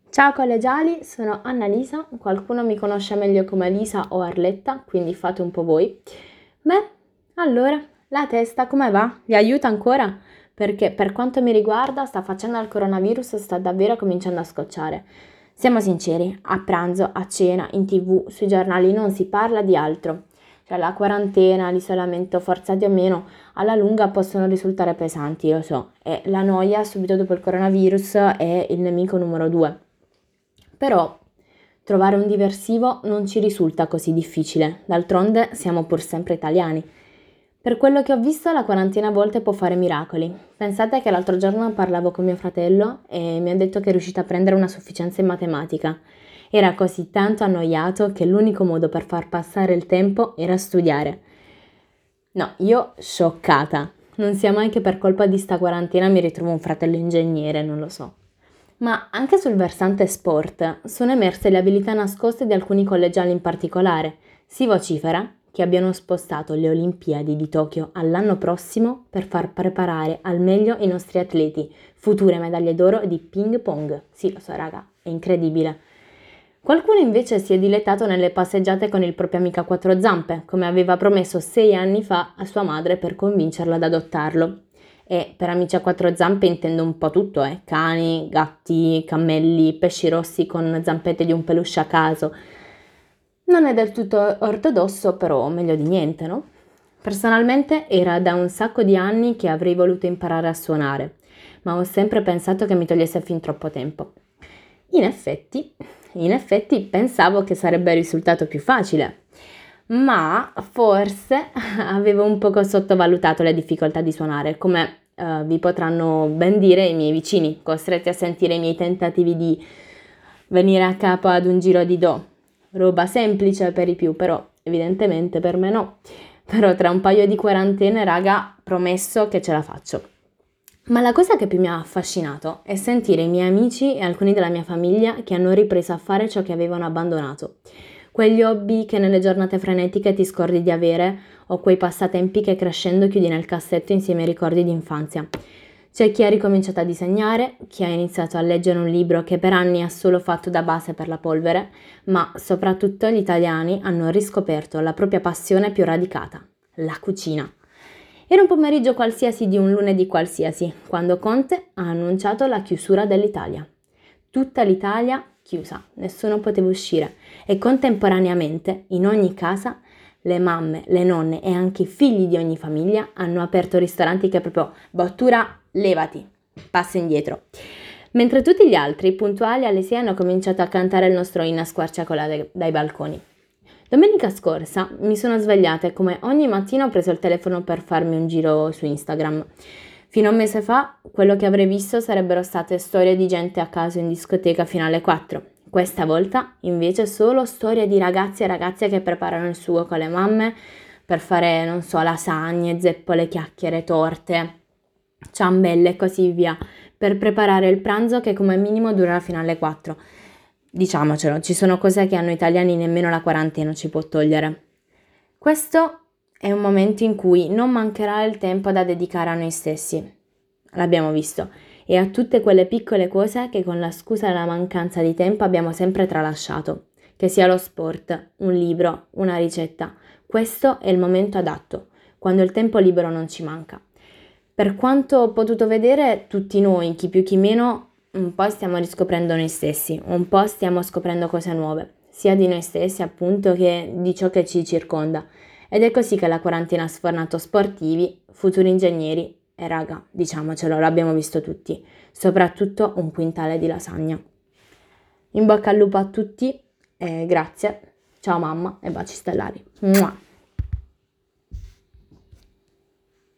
Ciao collegiali, sono Annalisa, qualcuno mi conosce meglio come Lisa o Arletta, quindi fate un po' voi. Beh, allora, la testa come va? Vi aiuta ancora? Perché per quanto mi riguarda sta faccenda del coronavirus sta davvero cominciando a scocciare. Siamo sinceri, a pranzo, a cena, in TV, sui giornali non si parla di altro. Cioè la quarantena, l'isolamento, forzati o meno, alla lunga possono risultare pesanti, lo so, e la noia subito dopo il coronavirus è il nemico numero 2. Però trovare un diversivo non ci risulta così difficile, d'altronde siamo pur sempre italiani. Per quello che ho visto, la quarantena a volte può fare miracoli. Pensate che l'altro giorno parlavo con mio fratello e mi ha detto che è riuscito a prendere una sufficienza in matematica. Era così tanto annoiato che l'unico modo per far passare il tempo era studiare. No, io scioccata. Non sia mai che per colpa di sta quarantena mi ritrovo un fratello ingegnere, non lo so. Ma anche sul versante sport sono emerse le abilità nascoste di alcuni collegiali in particolare. Si vocifera che abbiano spostato le Olimpiadi di Tokyo all'anno prossimo per far preparare al meglio i nostri atleti, future medaglie d'oro di ping pong. Sì, lo so raga, è incredibile. Qualcuno invece si è dilettato nelle passeggiate con il proprio amico a quattro zampe, come aveva promesso 6 anni fa a sua madre per convincerla ad adottarlo. E per amici a quattro zampe intendo un po' tutto, cani, gatti, cammelli, pesci rossi con zampette di un peluche a caso. Non è del tutto ortodosso, però meglio di niente, no? Personalmente era da un sacco di anni che avrei voluto imparare a suonare, ma ho sempre pensato che mi togliesse fin troppo tempo. In effetti, in effetti pensavo che sarebbe risultato più facile, ma forse avevo un poco sottovalutato le difficoltà di suonare, come vi potranno ben dire i miei vicini, costretti a sentire i miei tentativi di venire a capo ad un giro di do. Roba semplice per i più, però evidentemente per me no. Però tra un paio di quarantene, raga, promesso che ce la faccio. Ma la cosa che più mi ha affascinato è sentire i miei amici e alcuni della mia famiglia che hanno ripreso a fare ciò che avevano abbandonato. Quegli hobby che nelle giornate frenetiche ti scordi di avere o quei passatempi che crescendo chiudi nel cassetto insieme ai ricordi di infanzia. C'è chi ha ricominciato a disegnare, chi ha iniziato a leggere un libro che per anni ha solo fatto da base per la polvere, ma soprattutto gli italiani hanno riscoperto la propria passione più radicata, la cucina. Era un pomeriggio qualsiasi di un lunedì qualsiasi, quando Conte ha annunciato la chiusura dell'Italia. Tutta l'Italia chiusa, nessuno poteva uscire e contemporaneamente, in ogni casa, le mamme, le nonne e anche i figli di ogni famiglia hanno aperto ristoranti che proprio bottura, levati, passa indietro. Mentre tutti gli altri, puntuali alle 6, hanno cominciato a cantare il nostro inno a squarciagola dai balconi. Domenica scorsa mi sono svegliata e come ogni mattina ho preso il telefono per farmi un giro su Instagram. Fino a un mese fa, quello che avrei visto sarebbero state storie di gente a caso in discoteca fino alle 4. Questa volta, invece, solo storie di ragazzi e ragazze che preparano il sugo con le mamme per fare, non so, lasagne, zeppole, chiacchiere, torte, ciambelle e così via, per preparare il pranzo che come minimo durerà fino alle 4. Diciamocelo, ci sono cose che a noi italiani nemmeno la quarantena ci può togliere. Questo è un momento in cui non mancherà il tempo da dedicare a noi stessi. L'abbiamo visto. E a tutte quelle piccole cose che con la scusa della mancanza di tempo abbiamo sempre tralasciato. Che sia lo sport, un libro, una ricetta. Questo è il momento adatto, quando il tempo libero non ci manca. Per quanto ho potuto vedere, tutti noi, chi più chi meno, un po' stiamo riscoprendo noi stessi, un po' stiamo scoprendo cose nuove, sia di noi stessi appunto che di ciò che ci circonda. Ed è così che la quarantena ha sfornato sportivi, futuri ingegneri e raga, diciamocelo, l'abbiamo visto tutti, soprattutto un quintale di lasagna. In bocca al lupo a tutti e grazie. Ciao mamma e baci stellari. Mua.